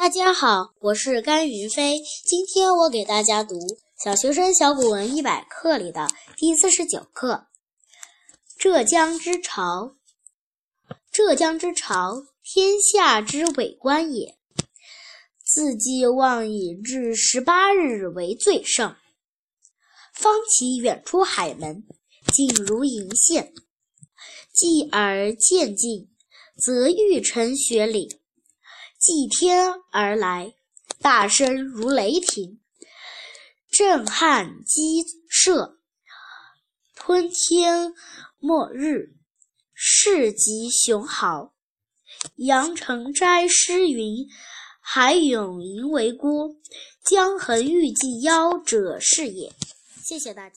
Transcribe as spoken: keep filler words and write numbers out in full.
大家好，我是甘云飞。今天我给大家读《小学生小古文一百课》里的第四十九课《浙江之潮》。浙江之潮，天下之伪官也。自既望以至十八日为最盛。方其远出海门，近如鄞县。继而渐进，则欲成雪岭。继天而来，大声如雷霆，震撼激射，吞天没日，势极雄豪。杨成斋诗云：海涌盈为郭，江衡欲济夭者是也。谢谢大家。